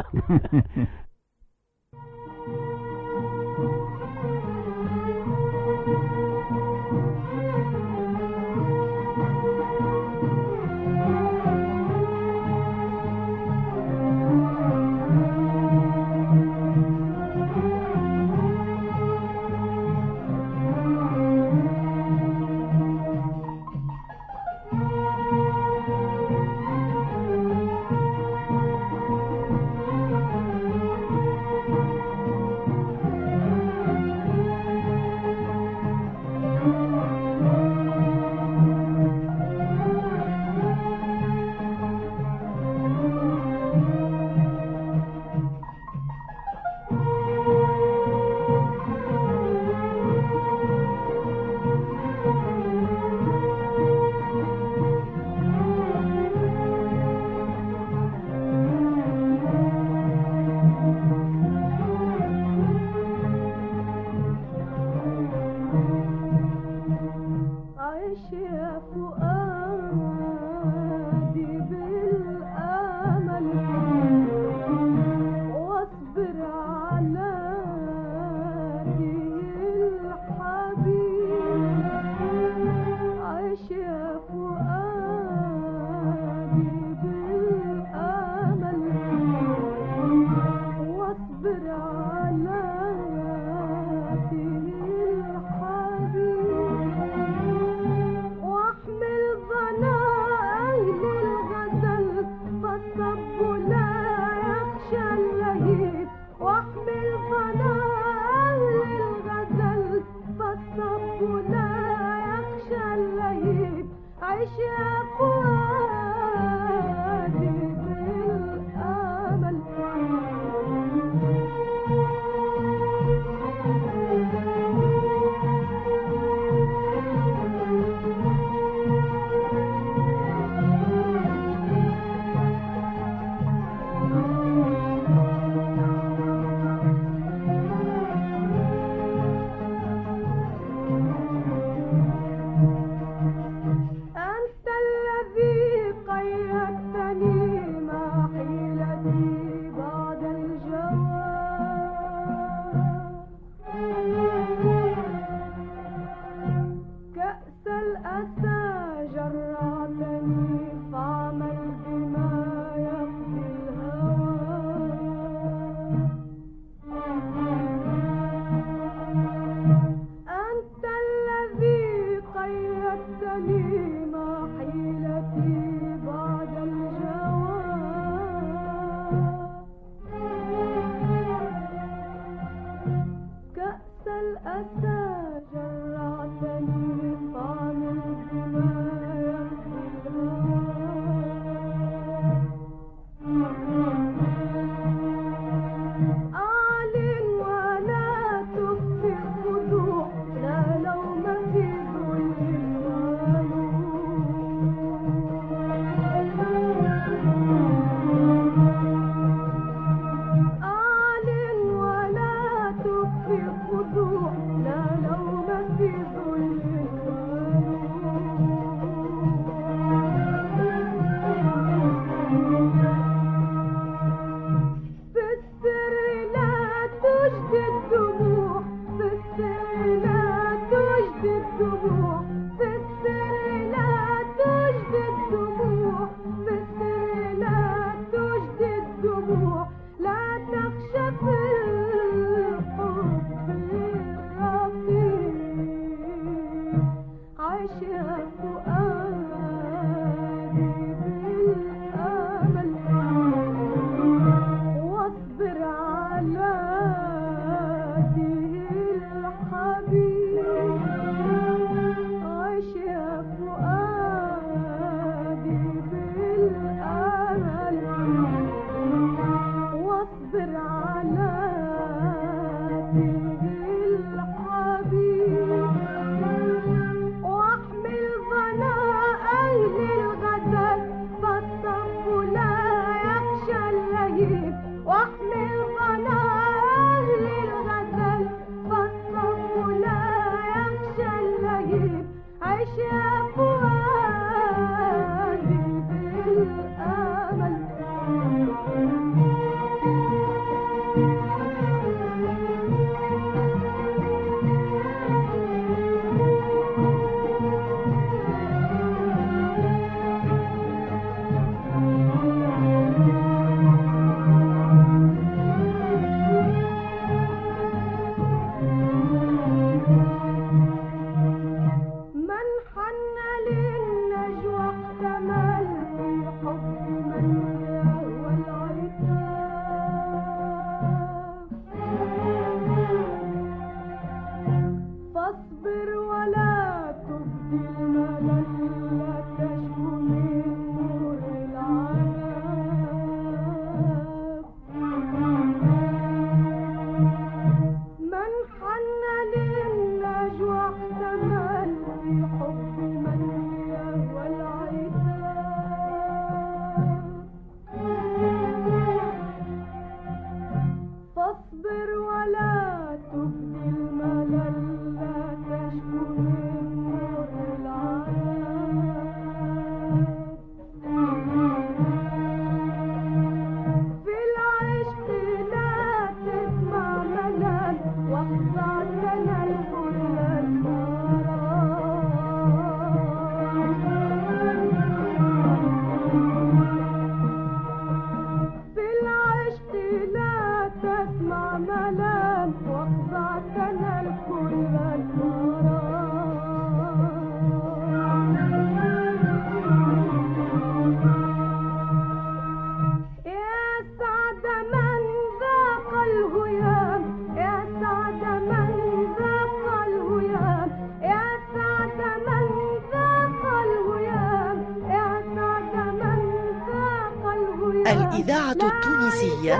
الإذاعة التونسية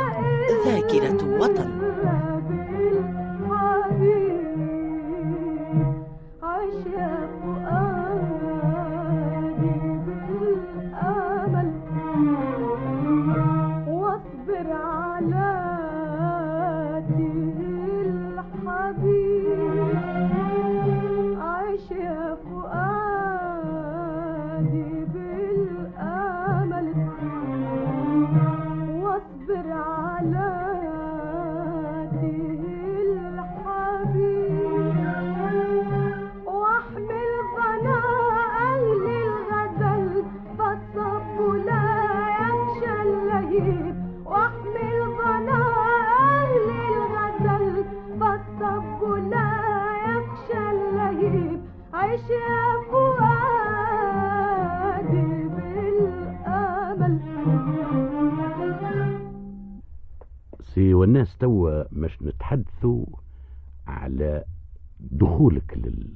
ذاكرة وطن. والناس توا مش نتحدثوا على دخولك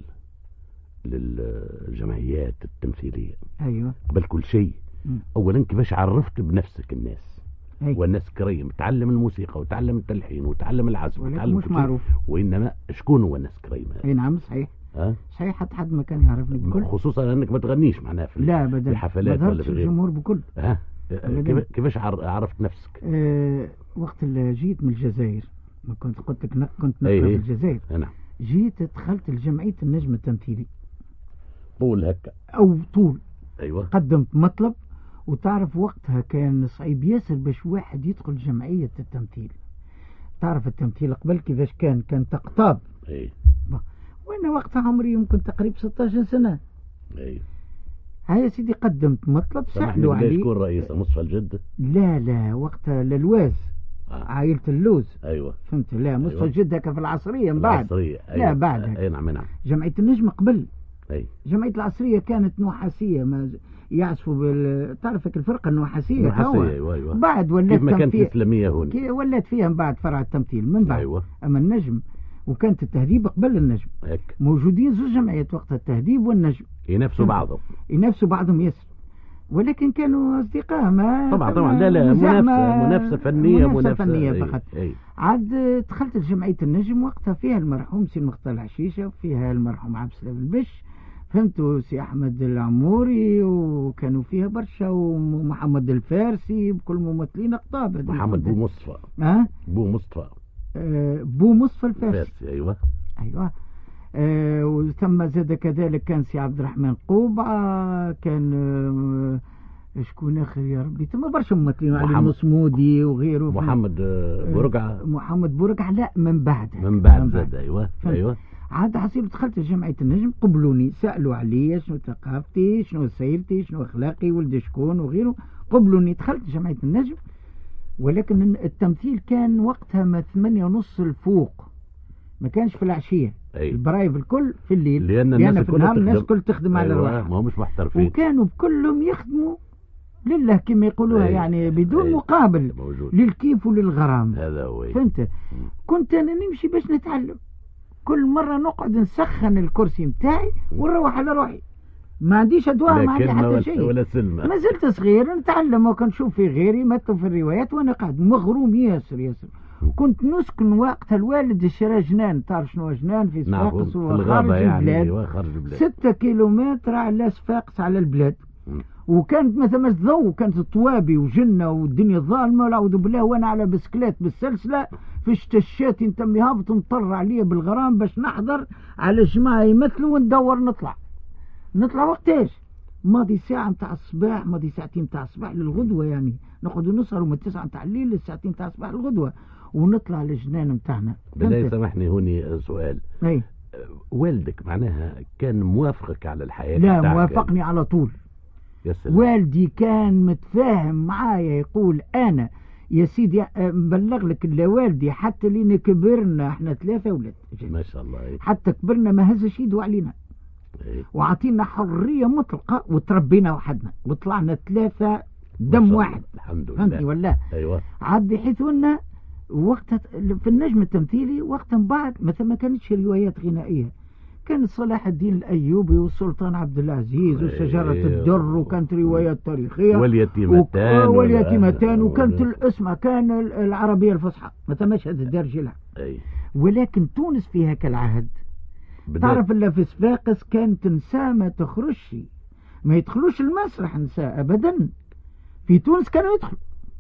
للجمعيات التمثيلية. ايوه. قبل كل شيء اولا كيفاش عرفت بنفسك الناس؟ أيوة. والناس كريم تعلم الموسيقى وتعلم التلحين وتعلم العزف وتعلم مش معروف، وانما شكون هو الناس كريم؟ اي نعم صحيح. صحيح، حد ما كان يعرفني بكل، خصوصا انك ما تغنيش معناها في لا بدل الحفلات ولا في الجمهور بكل. كيفاش عرفت نفسك؟ وقت اللي جيت من الجزائر، ما كنت قلت لك كنت نقرا في الجزائر. نعم. جيت دخلت لجمعية النجم التمثيلي. طول هكا او طول. ايوه. قدمت مطلب، وتعرف وقتها كان صعيب ياسر باش واحد يدخل جمعية التمثيل. تعرف التمثيل قبل كيفاش كان تقطاب. اي. وانا وقتها عمري يمكن تقريبا 16 سنة. اي. هيا سيدي قدمت مطلب، سألوا علي. شكون رئيس مصطفى الجد؟ لا وقتها للواز. عائلة اللوز. ايوه فهمت. لا مصطفى الجد هكا في العصرية من بعد. العصرية. أيوة. لا بعد. اي نعم. جمعية النجم قبل. اي. جمعية العصرية كانت نحاسية، ما يعزفوا تعرفك الفرقة النحاسية. ايوه. بعد ولات كيف ما كانت الإسلامية هون ولات فيها من بعد فرع التمثيل من بعد. أيوة. أما النجم وكانت التهذيب قبل النجم. هيك. موجودين زوج جمعيات وقتها، التهذيب والنجم. ينافسوا بعضهم. ينافسوا بعضهم ياسر، ولكن كانوا أصدقاء. ما طبعا لا منافسة فنية. منافسة فنية فقط. عاد دخلت لجمعية النجم، وقتها فيها المرحوم سي مختار العشيشة، وفيها المرحوم عبد السلام البش، فهمتوا، سي أحمد العموري، وكانوا فيها برشا، ومحمد الفارسي، بكل ممثلين أقطاب. محمد بو مصطفى. بو مصطفى الفارسي. أيوة. وثم زاد كذلك كان سي عبد الرحمن قوبعة، كان شكون اخر يا ربي، ثم برشا ممثلين، علي المصمودي وغيره. محمد بورقعة لا من بعد زاد. ايوه. عاد حصير دخلت جمعية النجم، قبلوني، سألوا علي شنو ثقافتي، شنو سيرتي، شنو اخلاقي، ولد شكون وغيره. قبلوني، دخلت جمعية النجم. ولكن التمثيل كان وقتها ما 8:30 الفوق، ما كانش في العشية. البرايف الكل في الليل، لأن في النهار الناس كل تخدم على الرواح. ما مش محترفين، وكانوا كلهم يخدموا لله كما يقولوها. يعني بدون مقابل، للكيف وللغرام. هذا هو. فهمت. كنت أنا نمشي باش نتعلم، كل مرة نقعد نسخن الكرسي متاعي ونروح على روحي، ما عنديش أدوار، ما عندي حتى شيء، ولا سلمة. ما زلت صغير نتعلم، وكان نشوف في غيري يمثلوا في الروايات وأنا قاعد مغروم ياسر. كنت نسكن وقتها الوالد الشرا جنان. تعرف شنو جنان؟ في صفاقس وخارج البلاد. 6 كيلومتر على صفاقس على البلاد. وكانت ما ثماش ضوء، كانت طوابي وجنة والدنيا ظالمة والعوذ بالله. وانا على بسكلات بالسلسلة في الشتات نتمي هابط نطر عليا بالغرام باش نحضر على جماعة يمثلوا وندور نطلع وقتاش ماضي ساعة متاع الصباح، ماضي ساعتين متاع الصباح للغدوة. يعني نقعدوا نسهروا من 9 متاع الليل للساعتين متاع الصباح للغدوة، ونطلع للجنان متاعنا. بالله سامحني هوني سؤال. والدك معناها كان موافقك على الحياة؟ لا موافقني على طول. والدي كان متفاهم معايا، يقول أنا يا سيدي مبلغ لك إلا والدي حتى لين كبرنا، احنا 3 أولاد ما شاء الله. حتى كبرنا ما هزش يدو علينا. وعطينا حرية مطلقة، وتربينا وحدنا، وطلعنا 3 دم واحد. الحمد لله. فهمتني ولا؟ أيوة. عاد يحيثونا وقتها في النجم التمثيلي. وقتا بعد مثلا ما كانتش روايات غنائية، كان صلاح الدين الأيوبي والسلطان عبد العزيز وشجرة الدر، وكانت روايات تاريخية، واليتيمتان وكانت الاسمها كان العربية الفصحى، ما تماش هذا الدرج لها. ولكن تونس فيها كالعهد. تعرف إلا في صفاقس كانت نساء ما تخرجش، ما يدخلوش المسرح نساء أبدا. في تونس كانوا يدخلوا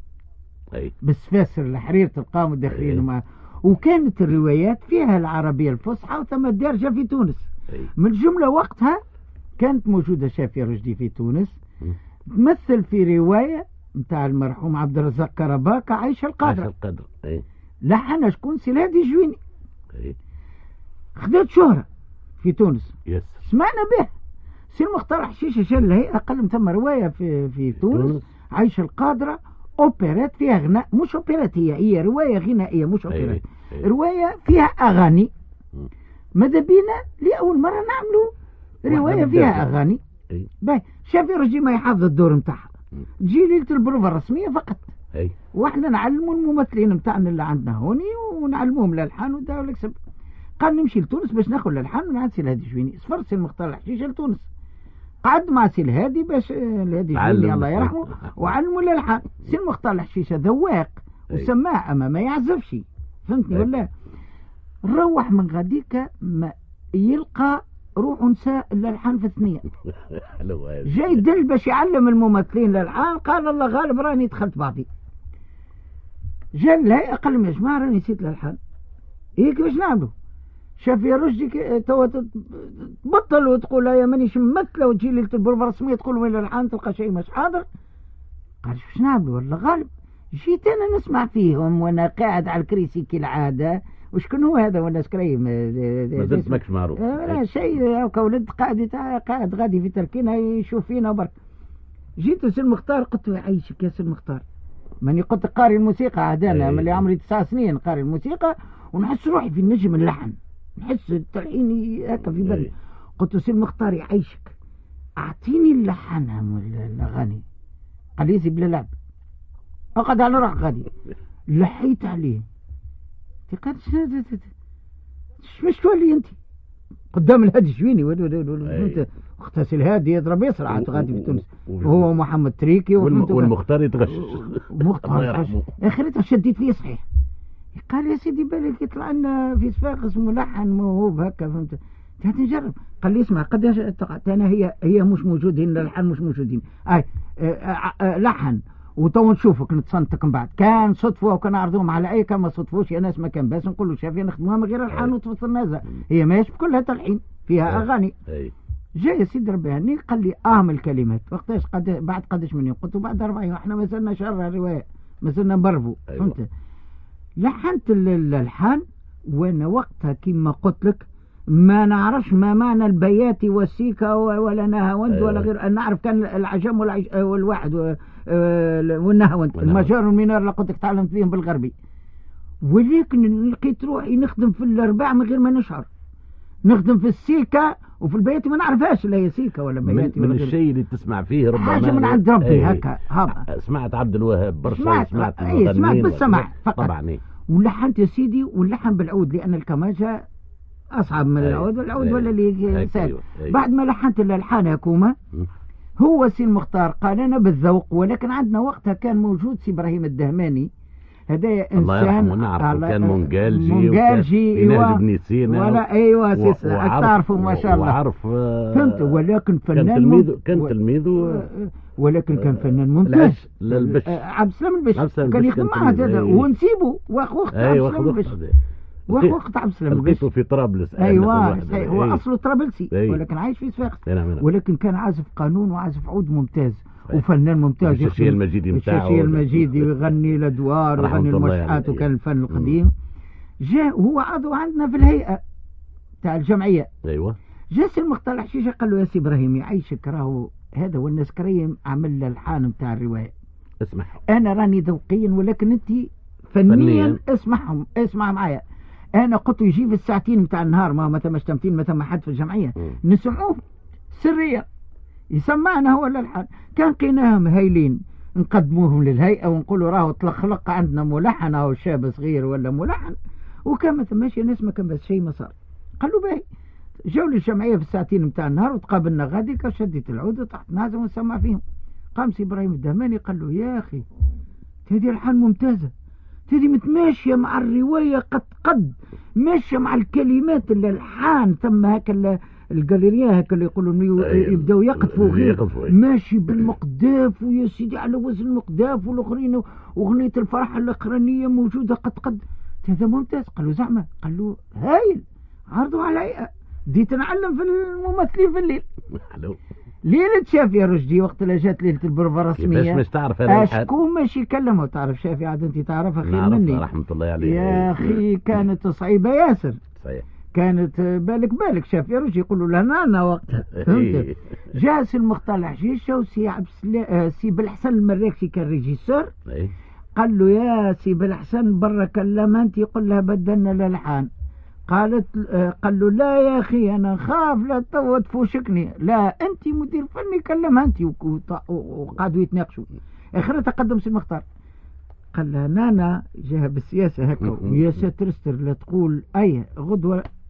بس فاسر الحرير تلقاهم الداخلين. وكانت الروايات فيها العربية الفصحى وثم الدارجة في تونس. من الجملة وقتها كانت موجودة شافية رشدي في تونس، تمثل في رواية متاع المرحوم عبد الرزاق كرباكة، عايشة القادرة. لحن شكون؟ سيلادي جويني. خذت شهرة في تونس. سمعنا به. سي المختار حشيشة شل هي أقل من ثم رواية في تونس، عايشة القادرة، أوبرات فيها غناء، مش أوبرات، هي رواية غنائية مش أوبرات. رواية فيها أغاني. ماذا بينا لأول مرة نعملوا رواية فيها أغاني. باي شافي رجي ما يحافظ الدور متاعها، تجي ليلة البروفة الرسمية فقط. واحنا نعلموا الممثلين متاعنا اللي عندنا هوني، ونعلموهم الألحان والداو والكسب. قال نمشي لتونس باش ناخذ الالحان من عند سي الهادي الجويني. سفر سي المختار الحشيشه لتونس، قعد مع سي الهادي باش الهادي الجويني الله يرحمه وعلموا الالحان. سي المختار الحشيشه ذواق وسماع اما ما يعزفش، فهمتني ولا؟ نروح من غاديك ما يلقى روح نساء الالحان في الثنيه. جاي دل باش يعلم الممثلين الالحان، قال الله غالب راني دخلت بعضي. جا الهيئه قال لهم يا جماعه راني نسيت الالحان، كيفاش نعملوا؟ شاف يا رشدي توا تبطل وتقول يا مانيش ممثله وتجي ليله البروفه الرسميه تقول وين الالحان تلقى شيء مش حاضر. قال شوش نعملوا والله غالب. جيت انا نسمع فيهم وانا قاعد على الكريسي كالعاده، وشكون هو هذا ولا سكريم ما زلت ماكش معروف. لا شيء هكا ولد قاعد غادي في تركينا يشوف فينا برك. جيت سي المختار قلت له يعيشك يا سي المختار، ماني قلت قاري الموسيقى عاد انا ملي عمري 9 سنين قاري الموسيقى، ونحس روحي في النجم اللحن، نحس التلحين هكا في بالي. قلت له سي المختار يعيشك اعطيني اللحن الاغاني. قال لي بلا لعب، اقعد على روحك غادي. لحيت عليه قال شوش تولي انت قدام الهادي الجويني فهمت؟ اغتسل الهادي يضرب يسرع غادي في تونس، وهو محمد تريكي والمختار يتغشش. مختار اخرتها شديت فيه صحيح. قال يا سيدي بالك يطلع لنا في صفاقس ملحن موهوب هكا فهمت؟ هات نجرب. قال لي اسمع قداش انا هي مش موجودين الالحان مش موجودين لحن وتو نشوفك نتصنتك من بعد. كان صدفوا وكان عرضوهم على اي كان ما صدفوش يا ناس ما كان باس نقول له شافي نخدموها من غير الحان وتفصل هذا، هي ماهيش كلها تلحين فيها اغاني. جاي يا سيدي ربي هني قال لي اهم الكلمات وقتاش بعد قداش من يوم؟ قلت له بعد 4 يوم، احنا ما زلنا شهر الروايه ما زلنا نبرفوا فهمت؟ لحنت الالحان وانا وقتها كما قلت لك ما نعرفش ما معنى البياتي والسيكا ولا نهاوند ولا غير. نعرف كان العجم والواحد والنهاوند المجار والمينار اللي قلت لك تعلمت فيهم بالغربي، ولكن لقيت روحي نخدم في الارباع من غير ما نشعر. نخدم في السيكا وفي البياتي ما نعرفهاش لا هي سيكا ولا بياتي من الشيء اللي تسمع فيه ربما حاجه من عند ربي هكا. سمعت عبد الوهاب برشا، سمعت بالسمع فقط طبعا. ولحنت يا سيدي واللحن بالعود لان الكمانجه اصعب من العود، والعود ولا اللي سهل. بعد ما لحنت الالحان هكومه هو سي المختار قال انا بالذوق، ولكن عندنا وقتها كان موجود سي ابراهيم الدهماني هذا انسان كان مونجالجي ايوا بن سينا ولا ايوا تعرفوا ما شاء الله وعرف فهمت. ولكن فنان كان تلميذ ولكن كان فنان ممتاز. عبد السلام البش كان يخدم معه هذا ونسيبه واخت عبد السلام البش وقت عبد السلام لقيته في طرابلس. ايوه هو اصله طرابلسي ولكن عايش في صفاقس. ولكن كان عازف قانون وعازف عود ممتاز وفنان ممتاز. الشاشيه المجيدي نتاعو الشاشيه المجيدي ويغني الادوار ويغني المشحات وكان الفن القديم. جاء هو عضو عندنا في الهيئه تاع الجمعيه. ايوه جا سي المختار الحشيشه قال له يا سي ابراهيم يعيشك راهو هذا هو الناس كريم عمل الحان نتاع الروايه. اسمع انا راني ذوقيا ولكن انت فنيا اسمع معايا. انا قلت يجي في الساعتين نتاع النهار ما ثماش تمثيل ما ثم حد في الجمعيه نسمعوه سريا يسمعنا هو الالحان. كان قيناهم هايلين نقدموهم للهيئه ونقولوا راهو تلخلق عندنا ملحن او شاب صغير ولا ملحن، وكان ما ثماش ناس ما كان بس شيء ما صار. قالوا باهي جاوا للجمعيه في الساعتين نتاع النهار وتقابلنا غادي شديت العود وطحت نازل ونسمع فيهم. قام سي ابراهيم الدهماني قال له يا اخي هذه الحان ممتازه، هذه متماشيه مع الروايه قد ماشيه مع الكلمات الالحان ثم هكا الجاليريا هكا اللي يقولوا يبداو يقطفوا غير ماشي بالمقداف ويا سيدي على وزن المقداف والاخرين واغنيه الفرحه الاخرانيه موجوده قد هذا ممتاز. قالوا زعما قال له هايل عرضوا علي. بديت نعلم في الممثلين في الليل. ليلة شافي يا رشدي وقت اللي جات ليلة البروفة الرسمية كيفاش مش تعرف هذا اشكون ماشي يكلمه وتعرف شافي عاد انت تعرفها خير مني رحمة الله عليه يا اخي كانت صعيبة ياسر. صحيح كانت بالك شافي يا رشدي يقولوا لنا انا وقتها فهمت. جاء سي المختار الحشيشة وسي سي بالحسن المراكشي كان ريجيسور. قال له يا سي بالحسن برا كلمها انت يقول لها بدلنا الالحان. قال له لا يا اخي انا نخاف لا تو تفوشكني. لا انت مدير فني كلمها انت. وقعدوا يتناقشوا. اخر تقدم سي المختار قال لها نانا جاها بالسياسه هكا ويا ساترستر لا تقول اي غدوه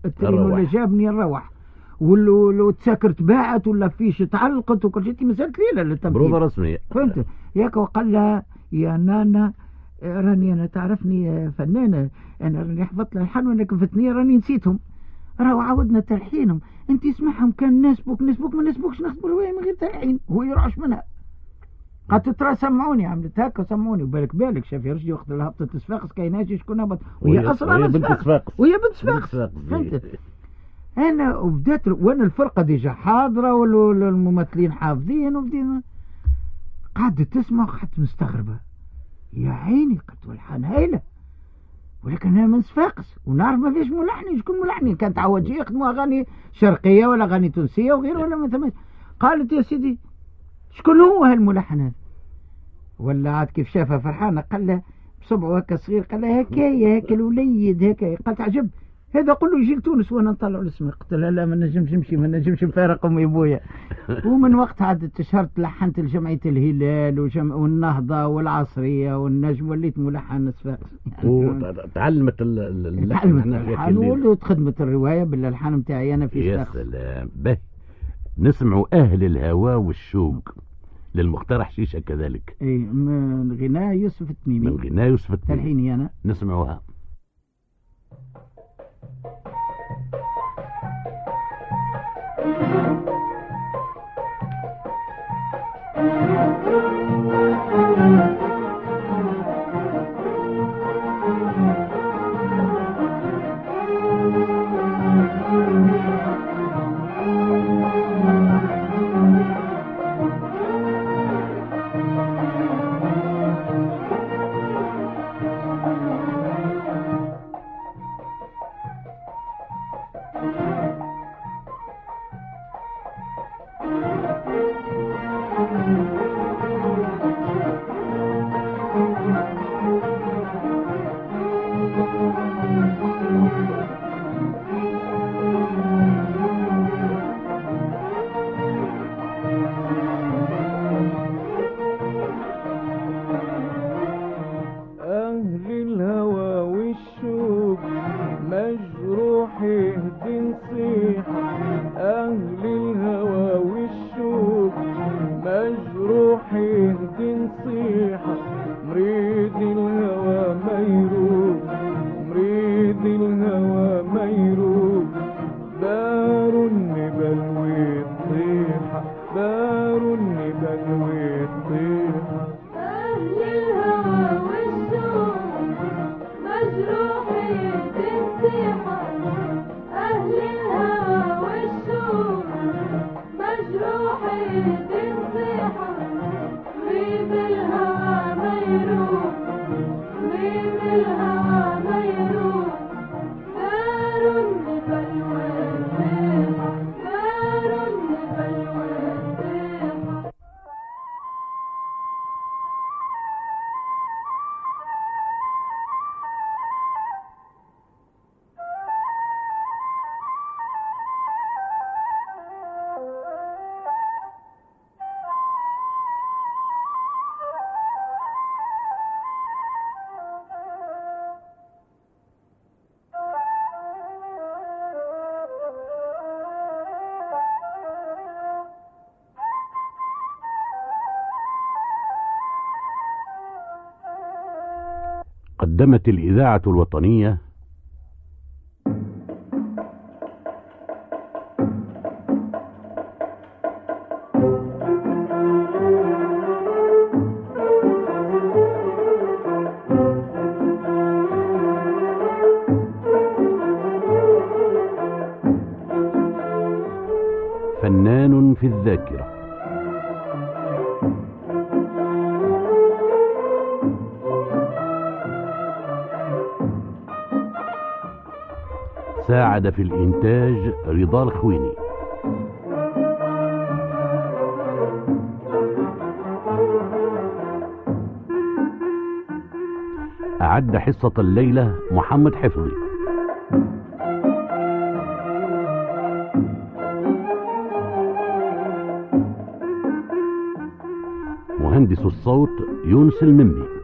الترين ولا جابني نروح ولو تساكر تباعت ولا فيش تعلقت وكل شيء مسألة ليلة للتمثيل بروضة رسمية. فهمت ياك. وقال لها يا نانا راني أنا تعرفني فنانة، أنا راني حفظت الألحان وأنا كفتني راني نسيتهم، راهو عاودنا تلحينهم، أنت اسمعهم كان ناسبوك ما ناسبوكش نخدموا الرواية من غير تلحين، هو يرعش منها. قالت ترى سمعوني، عملت هكا سمعوني، وبالك شاف يرشدي وقت هبطت صفاقس كايناش شكون هبط، وهي اصلا وهي بنت صفاقس فهمت. انا وبدات وانا الفرقه ديجا حاضره والممثلين حافظين وبدينا قعدت تسمع وقعدت مستغربه يا عيني، قلت والحان هايله، ولكن انا من صفاقس ونعرف ما فيش ملحنين، شكون ملحنين كانت عوجي يخدموا اغاني شرقيه ولا اغاني تونسيه وغيره ولا ما ثماش. قالت يا سيدي شكون هو هالملحن هذا؟ ولا عاد كيف شافها فرحانه قال له بصبعه هكا صغير، قال له هكايا هكا الوليد هكا، قالت عجب هذا قل له يجي لتونس وانا نطلع الاسم. قلت لها لا ما نجمش نمشي، ما نجمش نفارق امي بويا. ومن وقتها عاد تشهرت، لحنت لجمعيه الهلال والنهضه والعصريه والنجم، وليت ملحن صفاقس يعني. وتعلمت اللحن ولات خدمت الروايه بالالحان نتاعي انا في صفاقس. يا سلام. باهي نسمعوا اهل الهوى والشوق للمختار حشيشه كذلك. اي من غناء يوسف التميمي. من غناء يوسف التميمي تلحيني انا نسمعوها. قدمت الإذاعة الوطنية فنان في الذاكرة. ساعد في الإنتاج رضا الخويني. أعد حصة الليلة محمد حفظي. مهندس الصوت يونس المنبي.